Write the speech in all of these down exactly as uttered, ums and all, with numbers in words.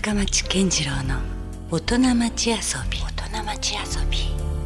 深町健次郎の大人町遊び大人町遊び。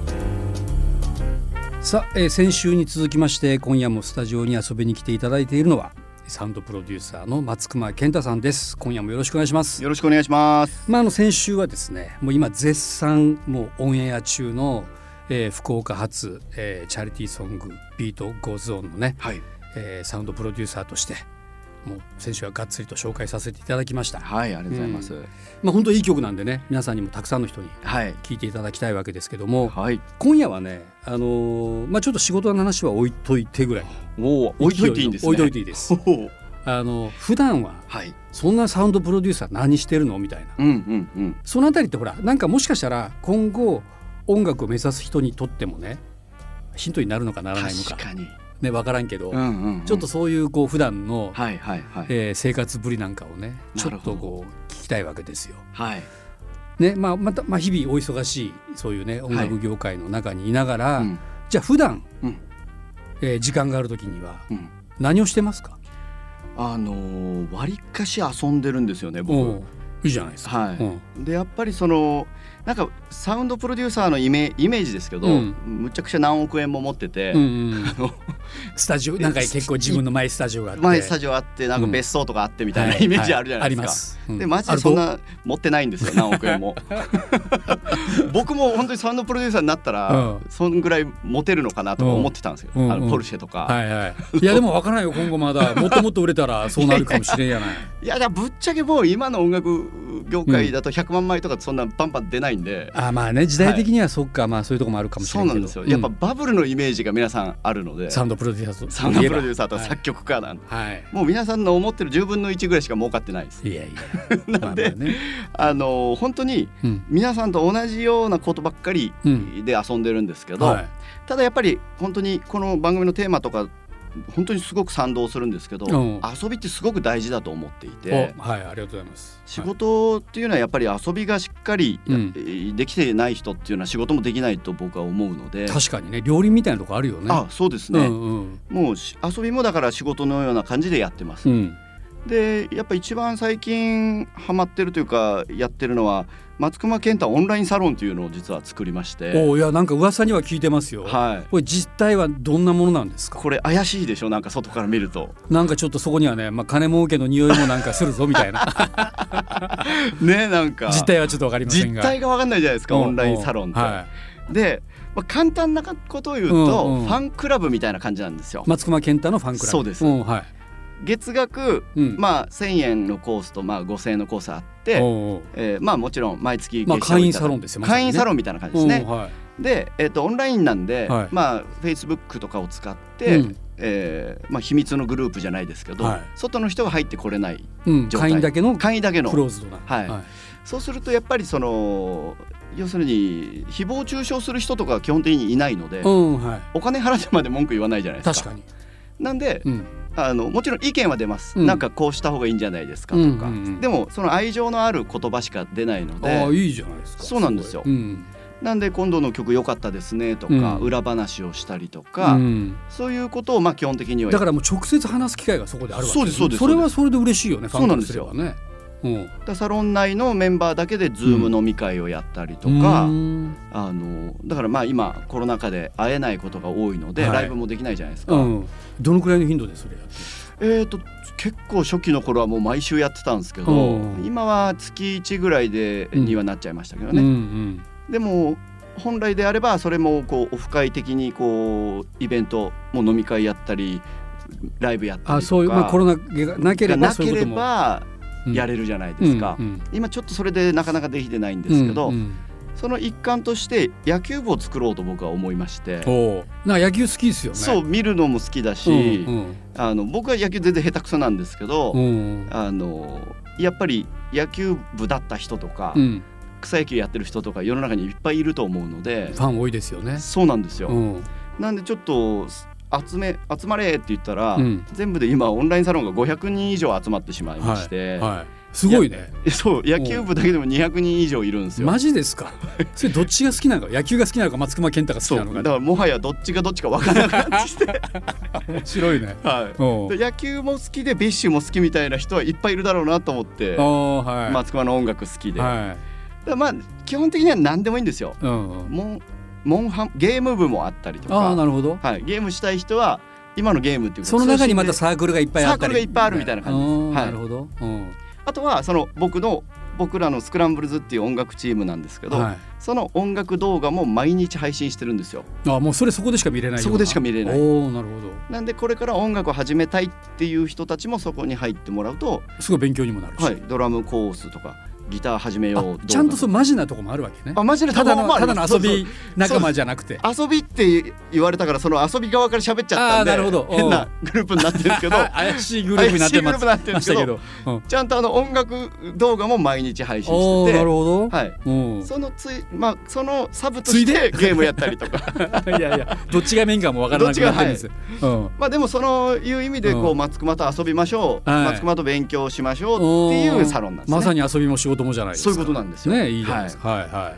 さあ、えー、先週に続きまして今夜もスタジオに遊びに来ていただいているのはサウンドプロデューサーの松隈健太さんです。今夜もよろしくお願いします。 よろしくお願いします。 まあ、あの先週はですね、もう今絶賛もうオンエア中の、えー、福岡発、えー、チャリティーソングビートゴーズオンのね、はい、えー、サウンドプロデューサーとしてもう先週はがっつりと紹介させていただきました。 はい、ありがとうございます。うん、 まあ、本当にいい曲なんでね、皆さんにもたくさんの人に聴いていただきたいわけですけども、はい、今夜はね、あのーまあ、ちょっと仕事の話は置いといてぐらい。 お置いといていいんですね。 置いといていいですあの普段はそんなサウンドプロデューサー何してるのみたいな、うんうんうん、そのあたりってほら、なんかもしかしたら今後音楽を目指す人にとってもね、ヒントになるのかならないのか確かにね、分からんけど、うんうんうん、ちょっとそういうこう普段の、はいはいはい、えー、生活ぶりなんかをねちょっとこう聞きたいわけですよ。はいね、まあ、また、まあ、日々お忙しいそういうね音楽業界の中にいながら、はい、うん、じゃあ普段、うん、えー、時間がある時には何をしてますか？ あのー、割かし遊んでるんですよね、僕。 いいじゃないですか。はい、 うん、でやっぱりそのなんかサウンドプロデューサーのイメイメージですけど、うん、むちゃくちゃ何億円も持ってて、うんうん、あのスタジオなんか結構自分のマイスタジオがあってマイスタジオあってなんか別荘とかあってみたいなイメージあるじゃないですか。はいはい、あります。うん、でマジでそんな持ってないんですよ、何億円も僕も本当にサウンドプロデューサーになったら、うん、そんぐらい持てるのかなとか思ってたんですよ、うん、あのポルシェとか、はいはい、 いやでも分からないよ、今後まだもっともっと売れたらそうなるかもしれんやないいやいやぶっちゃけもう今の音楽業界だとひゃくまんまいとかそんなパンパン出ないんで、 うん、あまあね、時代的にはそっか、はい、まあそういうとこもあるかもしれないけど、そうなんですよ、 うん、やっぱバブルのイメージが皆さんあるので、 サウンドプロデューサーとサウンドプロデューサーと作曲家なんで、はい、もう皆さんの思ってるじゅうぶんのいちぐらいしか儲かってないです。いやいやなんで、まあまあね、あの本当に皆さんと同じようなことばっかりで遊んでるんですけど、うん、はい、ただやっぱり本当にこの番組のテーマとか本当にすごく賛同するんですけど、うん、遊びってすごく大事だと思っていて、 はい、ありがとうございます。 仕事っていうのはやっぱり遊びがしっかり、うん、できてない人っていうのは仕事もできないと僕は思うので。 確かにね、料理みたいなとこあるよね。 あ、そうですね、うんうん、もう遊びもだから仕事のような感じでやってます、うん、でやっぱ一番最近ハマってるというかやってるのは松隈健太オンラインサロンというのを実は作りまして。 お、いやなんか噂には聞いてますよ、はい、これ実態はどんなものなんですか？ これ怪しいでしょ、なんか外から見るとなんかちょっとそこにはね、まあ、金儲けの匂いもなんかするぞみたいなね、なんか実態はちょっと分かりませんが、 実態が分かんないじゃないですか、オンラインサロンって、はい、で、まあ、簡単なことを言うと、うんうん、ファンクラブみたいな感じなんですよ。 松隈健太のファンクラブ。 そうです、うん、はい、月額、うん、まあ、せんえんのコースと、まあ、ごせんえんのコースあって、おう、えーまあ、もちろん毎月月謝をいただく、まあ、会員サロンですよ、まさにね、会員サロンみたいな感じですね、はい、で、えーと、オンラインなんで、はい、まあ、Facebook とかを使って、うん、えーまあ、秘密のグループじゃないですけど、はい、外の人が入ってこれない状態、うん、会員だけの会員だけのクローズドな、はいはい、そうするとやっぱりその要するに誹謗中傷する人とかは基本的にいないので、うん、はい、お金払ってまで文句言わないじゃないですか。確かに。なんで、うん、あのもちろん意見は出ます、うん、なんかこうした方がいいんじゃないですかとか、うんうんうん、でもその愛情のある言葉しか出ないので。 ああ、いいじゃないですか。 そうなんですよ、うん、なんで今度の曲良かったですねとか、うん、裏話をしたりとか、うん、そういうことをまあ基本的にはだからもう直接話す機会がそこであるわけです。 そうですそうです。 それはそれで嬉しいよね。 そうなんですよ、ファンからすればね。うん、だサロン内のメンバーだけでズーム飲み会をやったりとか、うん、あのだからまあ今コロナ禍で会えないことが多いので、はい、ライブもできないじゃないですか、うん、 どのくらいの頻度でそれやってる？ えーと結構初期の頃はもう毎週やってたんですけど、うん、今は月いちぐらいでにはなっちゃいましたけどね、うんうんうん、でも本来であればそれもこうオフ会的にこうイベントも飲み会やったりライブやったりとか、あ、そういう、まあ、コロナがなければそういうこともなければやれるじゃないですか、うんうんうん、今ちょっとそれでなかなかできてないんですけど、うんうん、その一環として野球部を作ろうと僕は思いまして。 おなんか野球好きですよね。 そう、見るのも好きだし、うんうん、あの僕は野球全然下手くそなんですけど、うん、あのやっぱり野球部だった人とか、うん、草野球やってる人とか世の中にいっぱいいると思うので。 ファン多いですよね。 そうなんですよ、うん、なんでちょっと集め集まれって言ったら、うん、全部で今オンラインサロンがごひゃくにん以上集まってしまいまして、はいはい、 すごいね。 そう野球部だけでもにひゃくにん以上いるんですよ。 マジですか。それどっちが好きなのか、野球が好きなのか松隈健太が好きなのか。 だからもはやどっちがどっちか分からなくなってきて面白いね、 はい、で野球も好きでビッシュも好きみたいな人はいっぱいいるだろうなと思って、はい、松隈の音楽好きで、はい、だまあ基本的には何でもいいんですよ、うんうん、モンモンハンゲーム部もあったりとか。 あ、なるほど、 はい、ゲームしたい人は今のゲームっていうその中にまたサークルがいっぱいあったり、 サークルがいっぱいあるみたいな感じです、はい、 なるほど、うん、 あとはその僕の僕らのスクランブルズっていう音楽チームなんですけど、はい、その音楽動画も毎日配信してるんですよ。 あ、もうそれそこでしか見れないような。 そこでしか見れない。 おー、なるほど。 なんでこれから音楽を始めたいっていう人たちもそこに入ってもらうとすごい勉強にもなるし、 はい、ドラムコースとかギター始めよう。 ちゃんとそうマジなとこもあるわけね。 あ、マジなとこもある。 ただの遊び仲間じゃなくて、 遊びって言われたからその遊び側から喋っちゃったんで、 あ、なるほど、 変なグループになってるんですけど怪しいグループになってましたけど、 うん、ちゃんとあの音楽動画も毎日配信してて、 なるほど、 はい、そのつい、まあ、そのサブとしてゲームやったりとかいやいや、どっちがメインかも分からなくなってるんです、 はい、うん、まあ、でもそのいう意味でこう松隈と遊びましょう、はい、松隈と勉強しましょうっていうサロンなんですね。 まさに遊びも仕事もじゃないですか。 そういうことなんですよね。いいじゃないですか、はい、はいはい。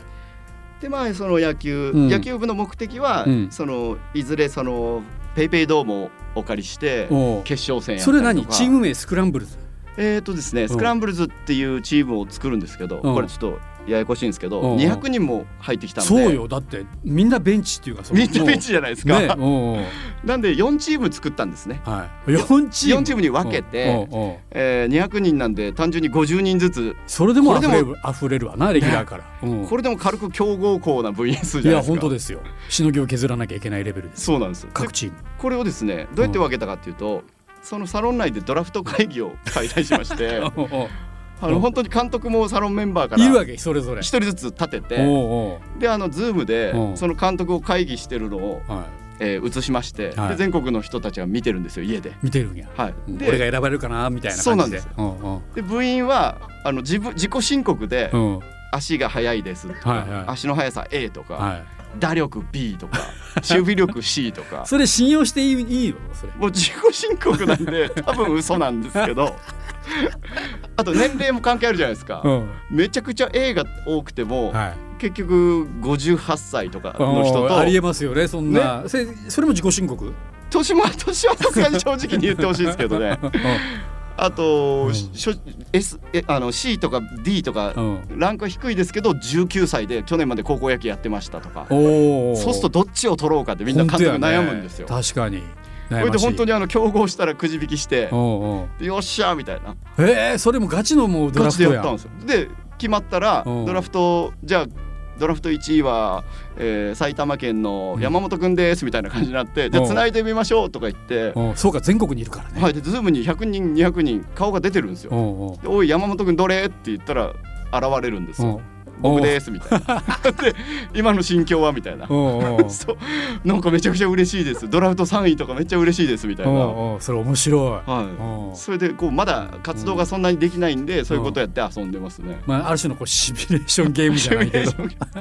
でまあその野球、うん、野球部の目的は、うん、そのいずれそのペイペイドームをお借りして決勝戦やったりとか。 それ何チーム名スクランブルズ？ えーとですね、スクランブルズっていうチームを作るんですけど、これちょっとややこしいんですけど、にひゃくにんも入ってきたので。 そうよ、だってみんなベンチっていうか、 みんなベンチじゃないですか、ね、なんでよんチーム作ったんですね、 はい、よんチームよんチームに分けて、えー、にひゃくにんなんで単純にごじゅうにんずつ。 それでもあふれる、あふれるわな、レギュラーから、 ね、うん、これでも軽く強豪校な部員数じゃないですか。 いや本当ですよ、しのぎを削らなきゃいけないレベルです。 そうなんです。 各チームこれをですね、どうやって分けたかっていうと、うん、そのサロン内でドラフト会議を開催しましてあの本当に監督もサロンメンバーからいるわけ、それぞれ一人ずつ立てて、であのズームでその監督を会議してるのを、はい、えー、映しまして、はい、で全国の人たちが見てるんですよ、家で見てるんや、 はい、 で俺が選ばれるかなみたいな感じで。 そうなんです、 うんうん、 で部員はあの 自, 自己申告で、うん、足が速いですとか、はいはい、足の速さ エー とか、はい、打力 ビー とか守備力 シー とかそれ信用していい、いいよそれ。 もう自己申告なんで多分嘘なんですけどあと年齢も関係あるじゃないですか、うん、めちゃくちゃ エー が多くても、はい、結局ごじゅうはっさいとかの人とありえますよね、そんな、ね、それも自己申告？ 年も年はさすがに正直に言ってほしいですけどねあと、うん、S、あの シー とか ディー とか、うん、ランクは低いですけどじゅうきゅうさいで去年まで高校野球やってましたとか。そうするとどっちを取ろうかってみんな監督悩むんですよ、 ね、確かに。 これで本当にあの競合したらくじ引きしておうおうよっしゃみたいな。 えー、それもガチのもうドラフトやん。 ガチでやったんですよ。で決まったらドラフトじゃあドラフトいちいは、えー、埼玉県の山本くんですみたいな感じになって、うん、じゃあつないでみましょうとか言って、 そうか全国にいるからね。 はい、でズームにひゃくにんにひゃくにん顔が出てるんですよ。おうおうでおい山本くんどれって言ったら現れるんですよ。僕ですみたいなで今の心境はみたいなそうなんかめちゃくちゃ嬉しいです、ドラフトさんいとかめっちゃ嬉しいですみたいな。 おうおうそれ面白い、 はい、それでこうまだ活動がそんなにできないんで、そういうことやって遊んでますね。 まあ、ある種のこうシミュレーションゲームじゃないけ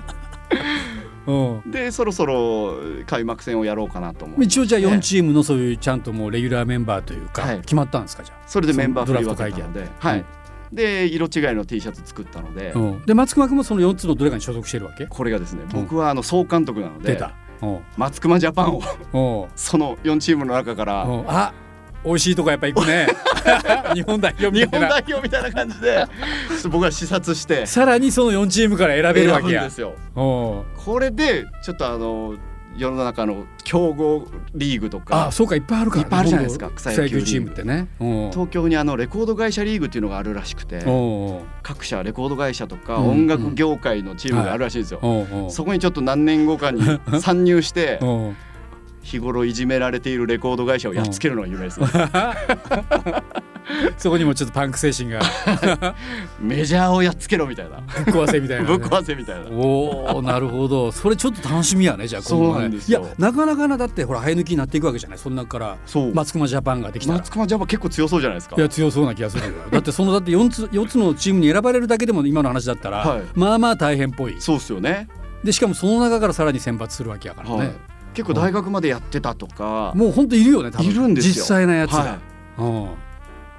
どでそろそろ開幕戦をやろうかなと思う。 一応じゃあよんチームのそういうちゃんともうレギュラーメンバーというか、はい、決まったんですか？じゃあそれでメンバー振り分けたので、はい、で色違いの T シャツ作ったので、 うん、で松隈君もそのよっつのどれかに所属してるわけ？ これがですね、僕はあの総監督なので、 出た松隈ジャパンをそのよんチームの中からあ美味しいとこやっぱ行くね日本代表みたいな日本代表みたいな感じで僕は視察してさらにそのよんチームから選べるわけや。 選ぶんですよ。これでちょっとあの世の中の強豪リーグとか、 あそうかいっぱいあるから、ね、 いっぱいあるじゃないですか、草野球チームってね。 東京にあのレコード会社リーグっていうのがあるらしくて、各社レコード会社とか音楽業界のチームがあるらしいですよ、うんうん、そこにちょっと何年後かに参入して日頃いじめられているレコード会社をやっつけるのが夢ですねそこにもちょっとパンク精神がメジャーをやっつけろみたいな、 ぶっ壊せみたいな、ね、 ぶっ壊せみたいな。 おおなるほど、それちょっと楽しみやね。じゃあそうなんですよ。 いやなかなかな、だってほら生え抜きになっていくわけじゃない。その中から松隈ジャパンができたら、 松隈ジャパン結構強そうじゃないですか。 いや強そうな気がするよだってそのだってよっつ、よっつのチームに選ばれるだけでも今の話だったら、はい、まあまあ大変っぽい。 そうですよね。 でしかもその中からさらに選抜するわけやからね、はい、 結構大学までやってたとか、 もう本当いるよね多分。 いるんですよ実際なやつが、はい、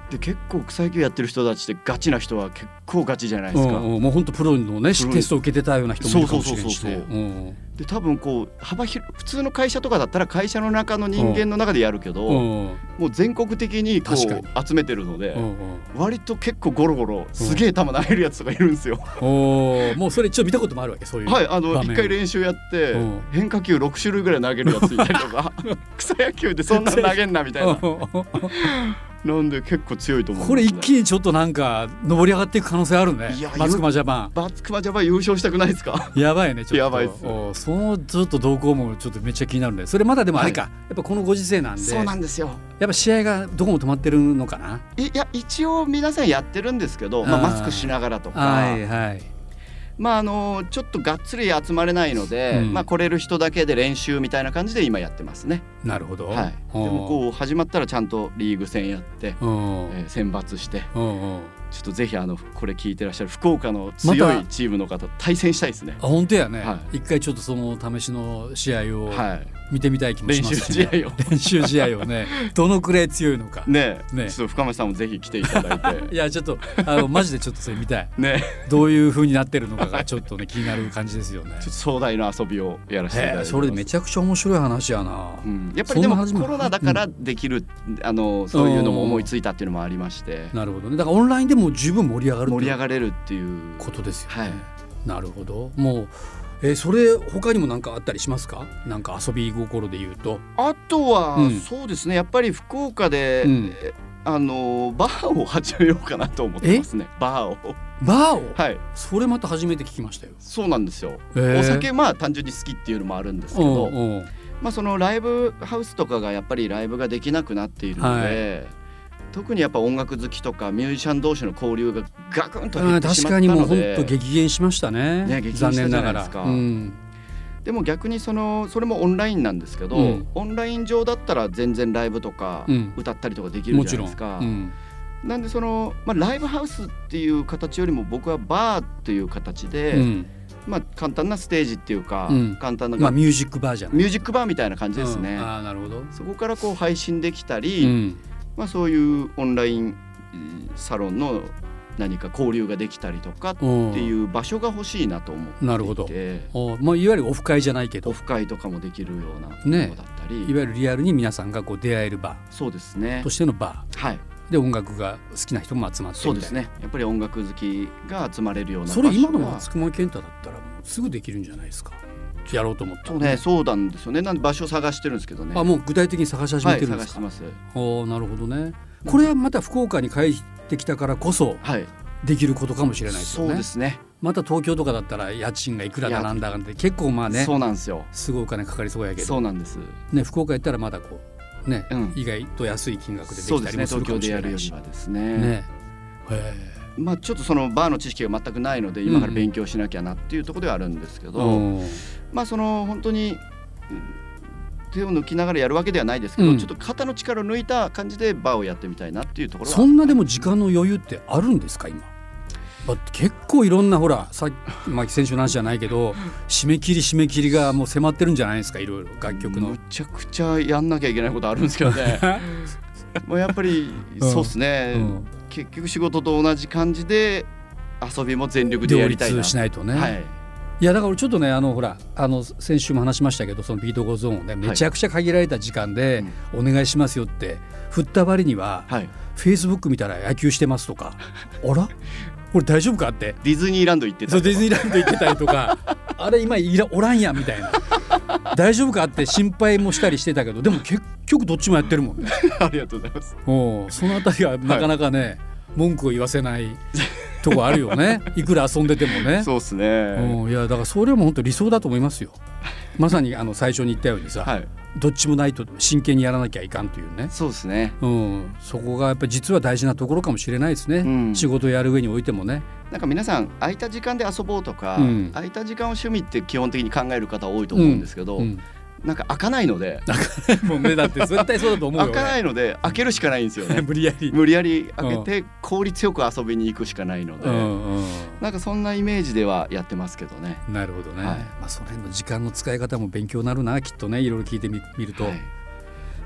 で結構草野球やってる人たちってガチな人は結構ガチじゃないですか。 うんうん、もう本当プロのねテストを受けてたような人もいるかもしれないしね。 で多分こう幅広普通の会社とかだったら会社の中の人間の中でやるけど、うん、もう全国的にこう集めてるので、うんうん、割と結構ゴロゴロすげえ球投げるやつとかいるんですよ。 おもうそれ一応見たこともあるわけそういう。 はい、あの一回練習やって、うん、変化球ろく種類ぐらい投げるやついたりとか草野球でそんな投げんなみたいな。なんで結構強いと思う、ね、 これ一気にちょっとなんか上り上がっていく可能性あるね。松熊ジャパン松熊ジャパン優勝したくないですか。 やばいねちょっと。 やばいです。 そのちょっと動向もちょっとめっちゃ気になるんで、それまだでもあれか、はい、やっぱこのご時世なんで。 そうなんですよ。 やっぱ試合がどこも止まってるのかな。 いや一応皆さんやってるんですけど、まあ、マスクしながらとか、 はいはい、 まあ、あのちょっとがっつり集まれないので、うんまあ、来れる人だけで練習みたいな感じで今やってますね。 なるほど、 はい、でもこう始まったらちゃんとリーグ戦やって、えー、選抜してちょっとぜひあのこれ聞いてらっしゃる福岡の強いチームの方対戦したいですね。 あ本当やね、はい、一回ちょっとその試しの試合を、はい見てみたい気もしますし、ね、 練習試合を練習試合をねどのくらい強いのかねえ、ねちょっと深町さんもぜひ来ていただいていやちょっとあのマジでちょっとそれ見たい、 ね、 どういう風になってるのかがちょっとね気になる感じですよね。 ちょっと壮大な遊びをやらせていただいてます。 それでめちゃくちゃ面白い話やな、 うん、やっぱりでもコロナだからできる、うん、あのそういうのも思いついたっていうのもありまして。 なるほどね。だからオンラインでも十分盛り上がる盛り上がれるっていうことですよね、 はい、 なるほど。もうえー、それ他にも何かあったりしますか。なんか遊び心で言うと。 あとは、うん、そうですねやっぱり福岡で、うん、あのバーを始めようかなと思ってますね。バーをバーをはいそれまた初めて聞きましたよ。 そうなんですよ、えー、お酒まあ単純に好きっていうのもあるんですけど、まあ、そのライブハウスとかがやっぱりライブができなくなっているので、はい特にやっぱ音楽好きとかミュージシャン同士の交流がガクンと減ってしまったので、確かにもう本当激減しました ね, ね激減したじゃないですか。残念ながら、うん、でも逆にそのそれもオンラインなんですけど、うん、オンライン上だったら全然ライブとか歌ったりとかできるじゃないですか、うん、なんでその、まあ、ライブハウスっていう形よりも僕はバーっていう形で、うんまあ、簡単なステージっていうか、うん、簡単な、 まあ、ミュージックバーじゃないミュージックバーみたいな感じですね、 うん、あなるほど。 そこからこう配信できたり、うんまあ、そういうオンラインサロンの何か交流ができたりとかっていう場所が欲しいなと思っていて。 なるほど。お、まあ、いわゆるオフ会じゃないけどオフ会とかもできるようなものだったり、 ね、いわゆるリアルに皆さんがこう出会える場そうですねとしての場、 はい、 で音楽が好きな人も集まってみたいな。 そうですねやっぱり音楽好きが集まれるような場所がそれ今の松隈健太だったらもうすぐできるんじゃないですか。やろうと思って、 そうね、そうなんですよね。なんで場所を探してるんですけどね。 あもう具体的に探し始めてるんですか。 はい、探してます。 おなるほどね。これはまた福岡に帰ってきたからこそできることかもしれないですよね。 そうですね。 また東京とかだったら家賃がいくらだなんだなんて結構まあねそうなんですよ。 すごいお金かかりそうやけどそうなんです、 ね、福岡やったらまだこうね、うん、意外と安い金額でできたりもするかもしれないし、 そうですね、東京でやるよりはですね。ねへまあ、ちょっとそのバーの知識が全くないので今から勉強しなきゃなっていうところではあるんですけど、うん、まあその本当に手を抜きながらやるわけではないですけど、うん、ちょっと肩の力を抜いた感じでバーをやってみたいなっていうところは。 そんなでも時間の余裕ってあるんですか今。結構いろんなほらさ、まあ、先週の話じゃないけど締め切り締め切りがもう迫ってるんじゃないですか。いろいろ楽曲のむちゃくちゃやんなきゃいけないことあるんですけどねもうやっぱりそうですね、うんうん、結局仕事と同じ感じで遊びも全力でやりたいな。 両立しないとね、 はい、 いやだから俺ちょっとねあのほらあの先週も話しましたけどそのビートゴーゾーンをねめちゃくちゃ限られた時間でお願いしますよって振った割には、はい、Facebook 見たら野球してますとかあらこれ大丈夫かってディズニーランド行ってたそうディズニーランド行ってたりとかあれ今いらおらんやんみたいな大丈夫かって心配もしたりしてたけどでも結局どっちもやってるもんねありがとうございます。 おそのあたりはなかなかね、はい、文句を言わせないとこあるよねいくら遊んでてもね。 そうですね。 いやだからそれも本当理想だと思いますよまさにあの最初に言ったようにさ、はい、どっちもないと真剣にやらなきゃいかんというね。 そうですね、 うん、そこがやっぱり実は大事なところかもしれないですね、うん、仕事をやる上においてもね。 なんか皆さん空いた時間で遊ぼうとか、うん、空いた時間を趣味って基本的に考える方多いと思うんですけど、うんうんなんか開かないので開かないもんねだって絶対そうだと思うよ開かないので開けるしかないんですよね無理やり無理やり開けて効率よく遊びに行くしかないので、うんうん、なんかそんなイメージではやってますけどね。 なるほどね、はいまあ、その辺の時間の使い方も勉強になるなきっとねいろいろ聞いてみると、はい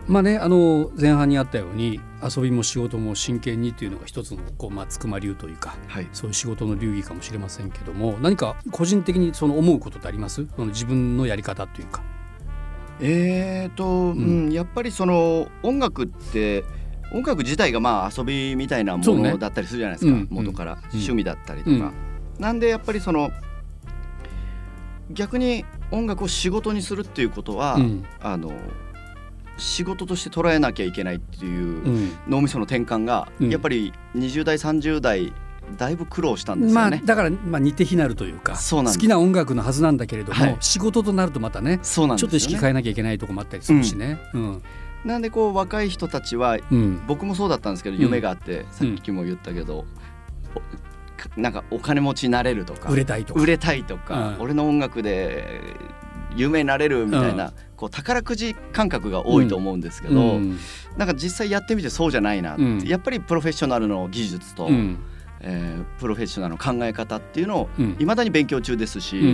まあね、あの前半にあったように遊びも仕事も真剣にというのが一つのこう、まあ、つくま流というか、はい、そういう仕事の流儀かもしれませんけども、何か個人的にその思うことってあります？その自分のやり方というか。 えーと、うんうん、やっぱりその音楽って音楽自体がまあ遊びみたいなものだったりするじゃないですか、ね、元から、うん、趣味だったりとか、うん、なんでやっぱりその逆に音楽を仕事にするっていうことは、うん、あの仕事として捉えなきゃいけないっていう脳みその転換が、うん、やっぱりにじゅう代さんじゅう代だいぶ苦労したんですよね、 まあ、だからまあ似て非なるというか、 そうなんです。 好きな音楽のはずなんだけれども、はい、仕事となるとまたね、 そうなんですよね、 ちょっと意識変えなきゃいけないところもあったりするしね、うんうん、 なんでこう若い人たちは、うん、僕もそうだったんですけど、夢があって、うん、さっきも言ったけど、うん、なんかお金持ちになれるとか売れたいとか売れたいとか、うん、俺の音楽で有名になれるみたいな、うん、こう宝くじ感覚が多いと思うんですけど、うん、なんか実際やってみてそうじゃないなって、うん、やっぱりプロフェッショナルの技術と、うん、えー、プロフェッショナルの考え方っていうのをいまだに勉強中ですし、うんうん、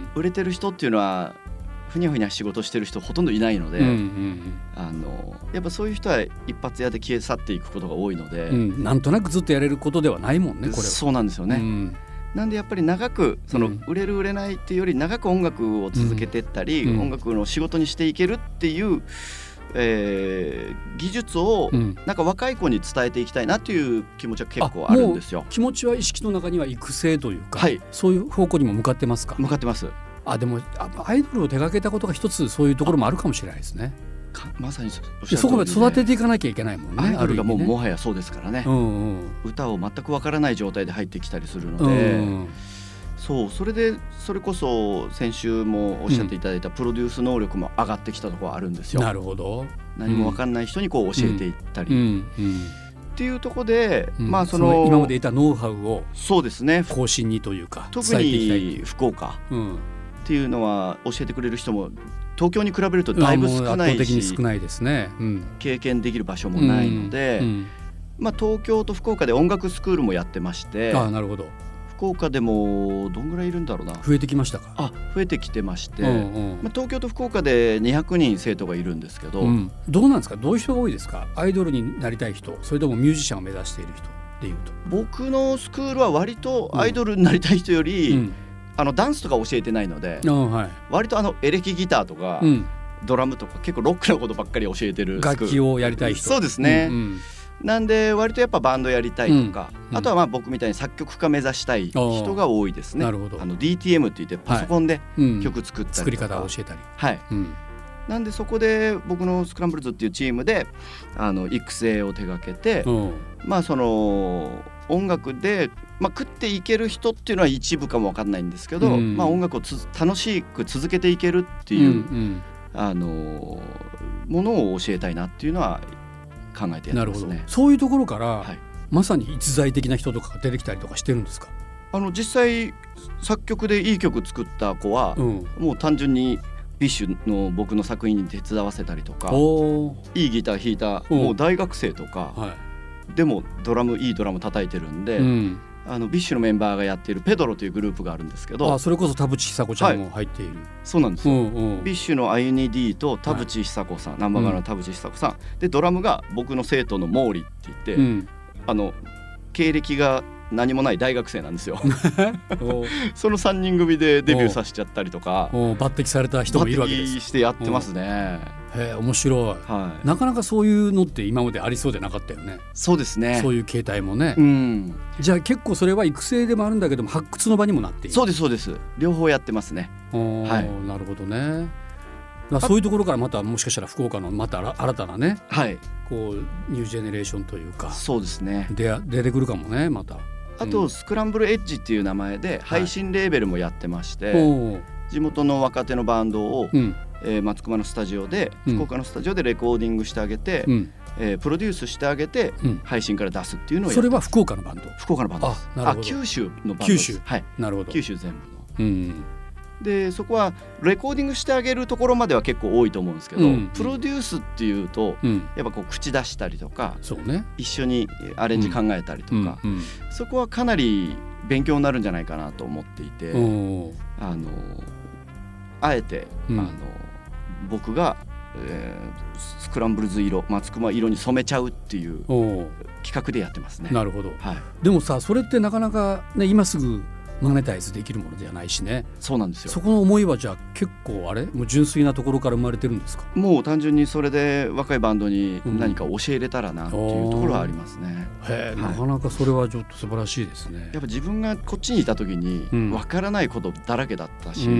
売れてる人っていうのはふにゃふにゃ仕事してる人ほとんどいないので、うんうんうん、あのやっぱそういう人は一発屋で消え去っていくことが多いので、うん、 なんとなくずっとやれることではないもんね、これは。 そうなんですよね、うん、なんでやっぱり長くその売れる売れないっていうより長く音楽を続けていったり、うん、音楽の仕事にしていけるっていう、えー、技術をなんか若い子に伝えていきたいなっていう気持ちは結構あるんですよ。 気持ちは意識の中には育成というか、はい、そういう方向にも向かってますか？ 向かってます。 あ、でもアイドルを手掛けたことが一つそういうところもあるかもしれないですね。 まさに そ, そこまで育てていかなきゃいけないもんね。 アイドルがもうもはやそうですからね、うんうん、歌を全くわからない状態で入ってきたりするので、うん、そうそれでそれこそ先週もおっしゃっていただいたプロデュース能力も上がってきたところあるんですよ。 なるほど。 何もわかんない人にこう教えていったり、うんうんうん、っていうところで、 うん、 まあその、 その今まで得たノウハウをそうですね更新にというか特に福岡っていうのは教えてくれる人も東京に比べるとだいぶ少ないし、 圧倒的に少ないですね、うん、 経験できる場所もないので、うんうんまあ、東京と福岡で音楽スクールもやってまして、 あ、なるほど。 福岡でもどんぐらいいるんだろうな。 増えてきましたか？ あ、増えてきてまして、うんうんまあ、東京と福岡でにひゃくにん生徒がいるんですけど、うん、 どうなんですか？どういう人が多いですか？アイドルになりたい人、それともミュージシャンを目指している人でいうと。 僕のスクールは割とアイドルになりたい人より、うん、あのダンスとか教えてないので、うんはい、割とあのエレキギターとか、うん、ドラムとか結構ロックなことばっかり教えてるスクール。 楽器をやりたい人。 そうですね、うんうんなんで割とやっぱバンドやりたいとか、うん、あとはまあ僕みたいに作曲家目指したい人が多いですね。 なるほど。 あの ディーティーエム って言ってパソコンで曲作ったりとか、はいうん、 作り方を教えたり、 はいうん、なんでそこで僕のスクランブルズっていうチームであの育成を手掛けて、うん、まあその音楽で、まあ、食っていける人っていうのは一部かも分かんないんですけど、うんまあ、音楽をつ楽しく続けていけるっていう、うんうん、あのものを教えたいなっていうのは考えてやってますね。なるほど。 そういうところから、はい、まさに逸材的な人とかが出てきたりとかしてるんですか？ あの実際作曲でいい曲作った子は、うん、もう単純にビッシュの僕の作品に手伝わせたりとか、いいギター弾いたもう大学生とか、はい、でもドラムいいドラム叩いてるんで、うん、あのビッシュのメンバーがやっているペドロというグループがあるんですけど、 あ、それこそ田淵久子ちゃんも入っている、はい、 そうなんですよ、うんうん、ビッシュのアユニ D と田淵久子さん、はい、ナンバーガールの田淵久子さん、うん、でドラムが僕の生徒の毛利って言って、うん、あの経歴が何もない大学生なんですよそのさんにん組でデビューさせちゃったりとか、 抜擢された人もいるわけです。 抜擢してやってますね。 へえ、面白い、はい、なかなかそういうのって今までありそうでなかったよね。 そうですね。 そういう形態もね、うん、じゃあ結構それは育成でもあるんだけども発掘の場にもなっている。 そうですそうです。両方やってますね。 はい、なるほどね。そういうところからまたもしかしたら福岡のまた新たなね、はい、こうニュージェネレーションというか、 そうですね、 で出てくるかもねまた。 あと、うん、スクランブルエッジっていう名前で配信レーベルもやってまして、はい、地元の若手のバンドを、うんえー、松隈のスタジオで、うん、福岡のスタジオでレコーディングしてあげて、うんえー、プロデュースしてあげて、うん、配信から出すっていうのをやってます。 それは福岡のバンド？ 福岡のバンドです。あ、なるほど。あ、九州のバンドです。 九州、 はい、 なるほど。 九州全部の、うんでそこはレコーディングしてあげるところまでは結構多いと思うんですけど、うん、プロデュースっていうと、うん、やっぱこう口出したりとか、そうね、一緒にアレンジ考えたりとか、うんうんうん、そこはかなり勉強になるんじゃないかなと思っていて、あのあえて、うん、あの僕がえー、スクランブルズ色松隈色に染めちゃうっていう企画でやってますね。 なるほど、はい、でもさそれってなかなか、ね、今すぐマネタイズできるものじゃないしね。 そうなんですよ。 そこの思いはじゃあ結構あれもう純粋なところから生まれてるんですか？ もう単純にそれで若いバンドに何か教えれたらなっていうところはありますね、 うん、へえ、はい、なかなかそれはちょっと素晴らしいですね。 やっぱ自分がこっちにいた時に分からないことだらけだったし、うん、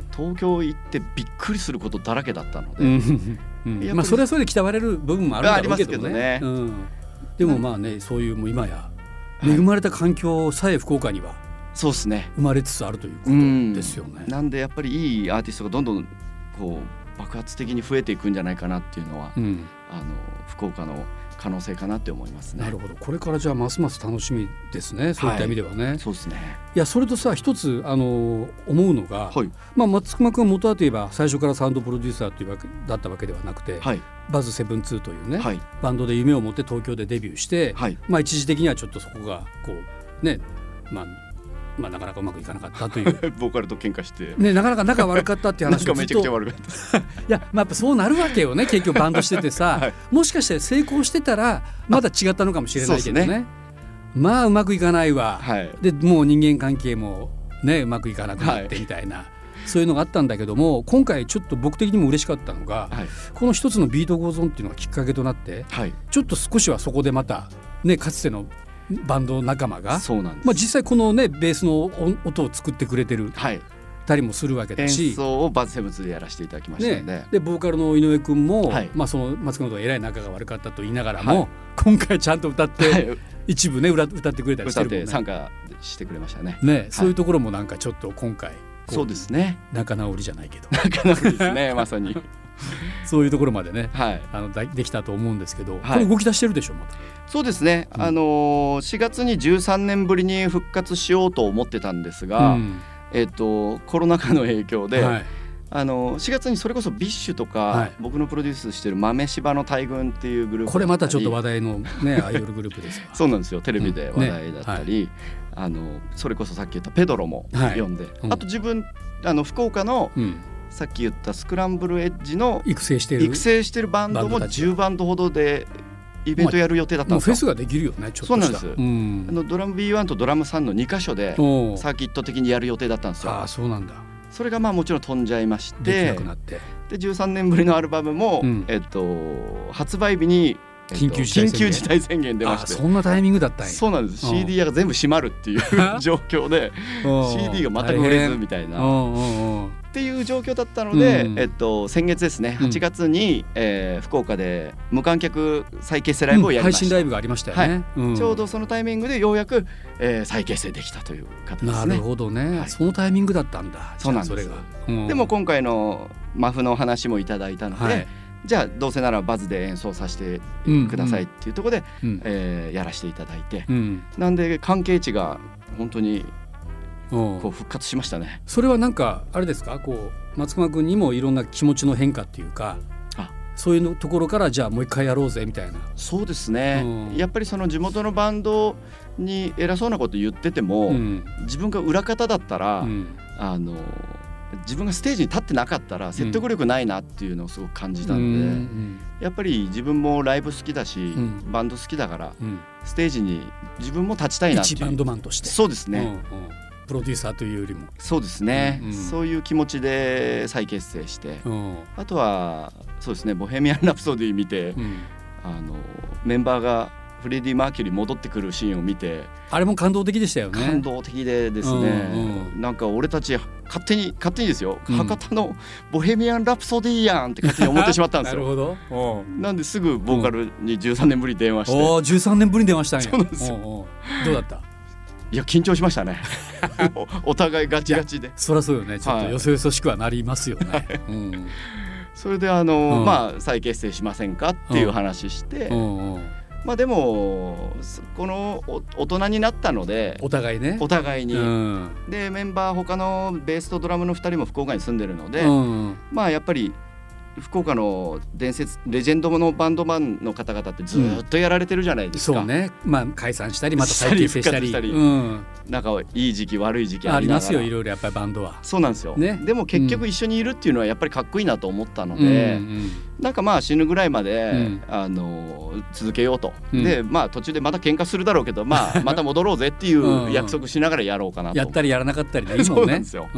東京行ってびっくりすることだらけだったので、うんうん、まあそれはそれで鍛われる部分もあるんだろうけどね。 ありますけどね、 うん、でもまあねそういうもう今や恵まれた環境さえ福岡にはそうですね生まれつつあるということですよね、 うん、なんでやっぱりいいアーティストがどんどんこう爆発的に増えていくんじゃないかなっていうのは、うん、あの福岡の可能性かなって思いますね。 なるほど。これからじゃあますます楽しみですね。そういった意味ではね、 はい、そうですね。 いやそれとさ一つあの思うのが、はい、まあ、松隈君は元はといえば最初からサウンドプロデューサーというわけだったわけではなくて、はい、バズセブンツーというね、はい、バンドで夢を持って東京でデビューして、はい、まあ、一時的にはちょっとそこがこうね、まあまあ、なかなかうまくいかなかったというボーカルと喧嘩して、 ね、なかなか仲悪かったっていう話がめちゃくちゃ悪かったいや、まあ、やっぱそうなるわけよね結局バンドしててさ、はい、もしかして成功してたらまだ違ったのかもしれないけど ね, ねまあうまくいかないわ、はい、でもう人間関係も、ね、うまくいかなくなってみたいな、はい、そういうのがあったんだけども今回ちょっと僕的にも嬉しかったのが、はい、この一つのビートゴーゾンっていうのがきっかけとなって、はい、ちょっと少しはそこでまた、ね、かつてのバンド仲間がそうなんです、 まあ、実際このねベースの音を作ってくれてる、はい、たりもするわけだし演奏をバズセブンツーでやらせていただきましたので、 ね、でボーカルの井上君も、はい、まあ、その松隈とえらい仲が悪かったと言いながらも、はい、今回ちゃんと歌って、はい、一部ね歌ってくれたりしてるもんね。 歌って参加してくれましたね。 ね、はい、そういうところもなんかちょっと今回そうですね仲直りじゃないけど仲直りですねまさにそういうところまでね、はい、あのできたと思うんですけど、 はい、 これ動き出してるでしょまた。 そうですね、うん、あのー、しがつにじゅうさんねんぶりに復活しようと思ってたんですが、うん、えっと、コロナ禍の影響で、はい、あのしがつにそれこそビッシュとか、はい、僕のプロデュースしてる豆柴の大群っていうグループ、 これまたちょっと話題の、ね、アイドルグループですかそうなんですよ、テレビで話題だったり、うん、ね、はい、あのそれこそさっき言ったペドロも読んで、はい、うん、あと自分あの福岡の、うん、さっき言ったスクランブルエッジの育成してる育成してるバンドもじゅうバンドほどでイベントやる予定だったんですよ。 まあ、フェスができるよねちょっとした。 そうなんです、うん、あのドラム ビーワン とドラムさんのにかしょでサーキット的にやる予定だったんですよ。 あ、そうなんだ。 それがまあもちろん飛んじゃいまして、 できなくなって、 でじゅうさんねんぶりのアルバムも、うん、えっと、発売日に緊急事態宣言、 緊急事態宣言出まして、 あ、そんなタイミングだったんや。 そうなんです。 シーディー 屋が全部閉まるっていう状況でシーディー が全く売れずみたいなっていう状況だったので、うん、えっと、先月ですねはちがつに、うん、えー、福岡で無観客再結成ライブをやりました、 うん、配信ライブがありましたよね、はい、 うん、ちょうどそのタイミングでようやく、えー、再結成できたという形ですね。 なるほどね、はい、そのタイミングだったんだ。 そうなんです。 それが、うん、 でも今回のマフの話もいただいたので、はい、じゃあどうせならバズで演奏させてくださいっていうところで、うんうん、えー、やらせていただいて、うん、なんで関係値が本当にこう復活しましたね。 それはなんかあれですか、こう松隈君にもいろんな気持ちの変化っていうか、あ、そういうところからじゃあもう一回やろうぜみたいな。 そうですね、うん、やっぱりその地元のバンドに偉そうなこと言ってても、うん、自分が裏方だったら、うん、あの自分がステージに立ってなかったら説得力ないなっていうのをすごく感じたので、うん、やっぱり自分もライブ好きだし、うん、バンド好きだから、うん、ステージに自分も立ちたいなっていう、 一バンドマンとして。 そうですね、うんうん、 プロデューサーというよりも。 そうですね、うんうん、そういう気持ちで再結成して、うん、あとはそうですね、ボヘミアン・ラプソディ見て、うん、あのメンバーがフレディ・マーキュリー戻ってくるシーンを見て、 あれも感動的でしたよね。 感動的でですね、うんうん、なんか俺たち勝手に勝手にですよ、うん、博多のボヘミアン・ラプソディやんって勝手に思ってしまったんですよ。 なるほど。 なんですぐボーカルにじゅうさんねんぶりに電話して、 うん、おじゅうさんねんぶりに電話したんや。 そうなんですよ。 おうおうどうだった？ いや緊張しましたねお互いガチガチで。 そりゃそうよね、ちょっとよそよそしくはなりますよね、はい、うん、 それであの、うん、まあ再結成しませんかっていう話して、うんうん、まあでもこの大人になったので、 お互いね、 お互いに、うん、でメンバー他のベースとドラムのふたりも福岡に住んでるので、うん、まあやっぱり福岡の伝説レジェンドのバンドマンの方々ってずっとやられてるじゃないですか、 うん、そうね、まあ、解散したりまた再結成したり、 うん、 なんかいい時期悪い時期ありますよ、いろいろやっぱりバンドは。 そうなんですよ、ね、でも結局一緒にいるっていうのはやっぱりかっこいいなと思ったので、うんうん、なんかまあ死ぬぐらいまで、うん、あの続けようと、うん、でまあ途中でまた喧嘩するだろうけど、まあ、また戻ろうぜっていう約束しながらやろうかなとやったりやらなかったりでいいもんね。 そうなんですよ、うん、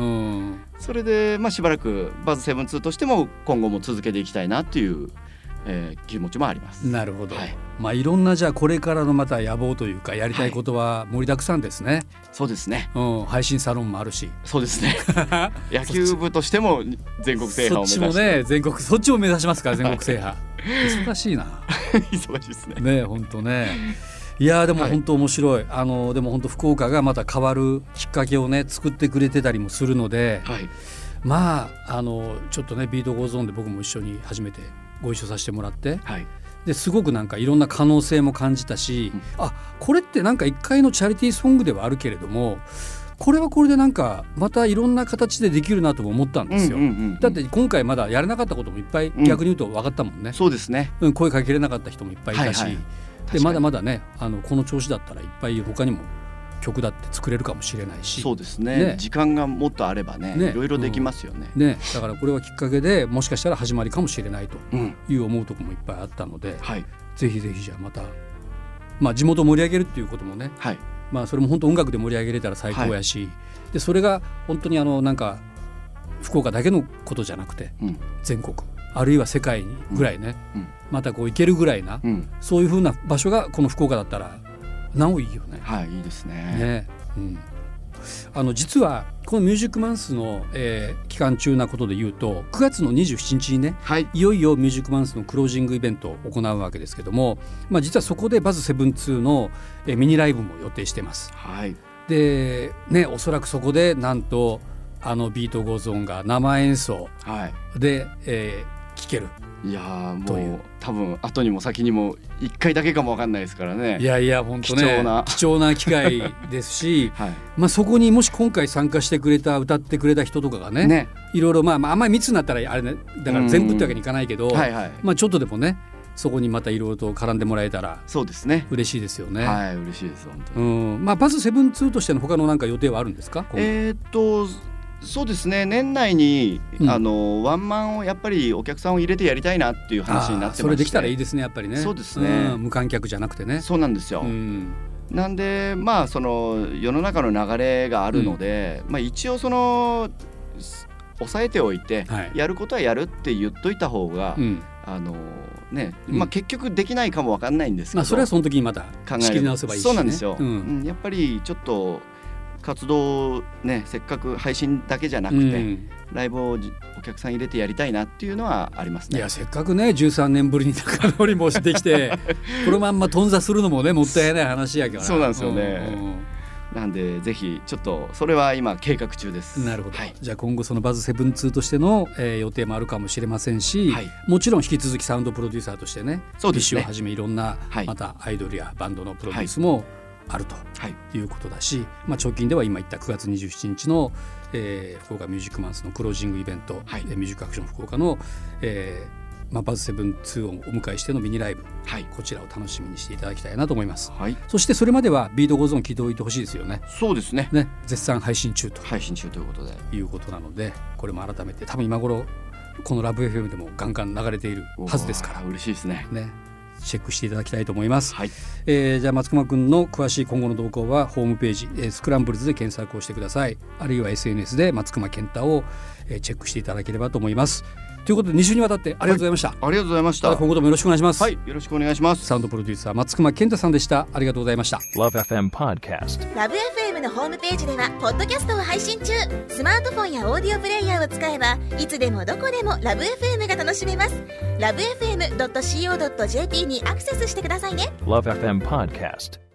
それでまあしばらくバズセブンツーとしても今後も続けていきたいなっていうえー、気持ちもあります。 なるほど、はい、まあいろんなじゃあこれからのまた野望というかやりたいことは盛りだくさんですね、はい、 そうですね、 うん、配信サロンもあるし。 そうですね野球部としても全国制覇を目指して、 そっちもね全国そっちも目指しますから全国制覇忙しいな忙しいですねね本当ね。いやでも本当面白い、はい、あのでも本当福岡がまた変わるきっかけをね作ってくれてたりもするので、はい、まああのちょっとねビートゴーゾーンで僕も一緒に初めてご一緒させてもらって、はい、ですごくなんかいろんな可能性も感じたし、うん、あこれってなんか一回のチャリティーソングではあるけれどもこれはこれでなんかまたいろんな形でできるなとも思ったんですよ、うんうんうんうん、だって今回まだやれなかったこともいっぱい逆に言うと分かったもんね、うん、 そうですね、 うん、声かけれなかった人もいっぱいいたし、はいはい、でまだまだねあのこの調子だったらいっぱい他にも曲だって作れるかもしれないし。 そうです ね, ね時間がもっとあれば ね, ねいろいろできますよね、 うん、ねだからこれはきっかけでもしかしたら始まりかもしれないという思うところもいっぱいあったので、うんはい、ぜひぜひじゃあまた、まあ、地元を盛り上げるっていうこともね、はいまあ、それも本当音楽で盛り上げれたら最高やし、はい、でそれが本当にあのなんか福岡だけのことじゃなくて、うん、全国あるいは世界にぐらいね、うんうん、またこう行けるぐらいな、うん、そういう風な場所がこの福岡だったらなおいいよね。 はい、いいですね。 ね、うん、あの実はこのミュージックマンスの、えー、期間中なことで言うとくがつのにじゅうしちにちにね、はい、いよいよミュージックマンスのクロージングイベントを行うわけですけども、まあ、実はそこでバズセブンツーの、えー、ミニライブも予定してます。はい、で、ね、おそらくそこでなんとあのビートゴーゾーンが生演奏で、はいえー、聴ける。 いやもう多分後にも先にもいっかいだけかも分かんないですからね。 いやいや本当ね貴重な貴重な機会ですし、はいまあ、そこにもし今回参加してくれた歌ってくれた人とかが ね, ねいろいろ、まあ、まああんまり密になったらあれ、ね、だから全部ってわけにいかないけど、はいはいまあ、ちょっとでもねそこにまたいろいろと絡んでもらえたらそうですね嬉しいですよね。 はい嬉しいです本当に、 うんまあ、バズセブンツーとしての他のなんか予定はあるんですか？ えー、っとそうですね年内に、うん、あのワンマンをやっぱりお客さんを入れてやりたいなっていう話になってまして、 それできたらいいですねやっぱりね。 そうですね、 うん、無観客じゃなくてね。 そうなんですよ、うん、なんでまあその世の中の流れがあるので、うんまあ、一応その抑えておいて、はい、やることはやるって言っといた方が、うんあのねまあ、結局できないかも分かんないんですけど、まあ、 それはその時にまた仕切り直せばいいし、ね、 そうなんですよ、うん、やっぱりちょっと活動ねせっかく配信だけじゃなくて、うん、ライブをお客さん入れてやりたいなっていうのはありますね。 いやせっかくねじゅうさんねんぶりに仲直りもしてきてこのまんま頓挫するのもねもったいない話やけどな。 そうなんですよね、うんうんなんでぜひちょっとそれは今計画中です。 なるほど、はい、じゃあ今後そのバズセブンツーとしての、えー、予定もあるかもしれませんし、はい、もちろん引き続きサウンドプロデューサーとしてねそうですねビッシュをはじめいろんな、はい、またアイドルやバンドのプロデュースもあるということだし、はいまあ、直近では今言ったくがつにじゅうしちにちの、えー、福岡ミュージックマンスのクロージングイベント、はい、ミュージックアクション福岡の、えーまあ、バズセブンツーをお迎えしてのミニライブ、はい、こちらを楽しみにしていただきたいなと思います、はい、そしてそれまではビートゴーゾーン聞いておいてほしいですよね。 そうですね、 ね絶賛配信中と配信中ということでいうことなのでこれも改めて多分今頃このラブ エフエム でもガンガン流れているはずですから嬉しいですね。 ねチェックしていただきたいと思います、はいえー、じゃあ松隈くんの詳しい今後の動向はホームページ、えー、スクランブルズで検索をしてください。あるいは エスエヌエス で松隈健太を、えー、チェックしていただければと思います。ということでに週にわたってありがとうございました、はい、 ありがとうございました。 今後ともよろしくお願いします。 はいよろしくお願いします。 サウンドプロデューサー松隈健太さんでした。ありがとうございました。 ラブ エフエム Podcast ラブ エフエム のホームページではポッドキャストを配信中。スマートフォンやオーディオプレイヤーを使えばいつでもどこでもラブ エフエム が楽しめます。 ラブエフエムドットシーオードットジェーピー にアクセスしてくださいね。 ラブ エフエム Podcast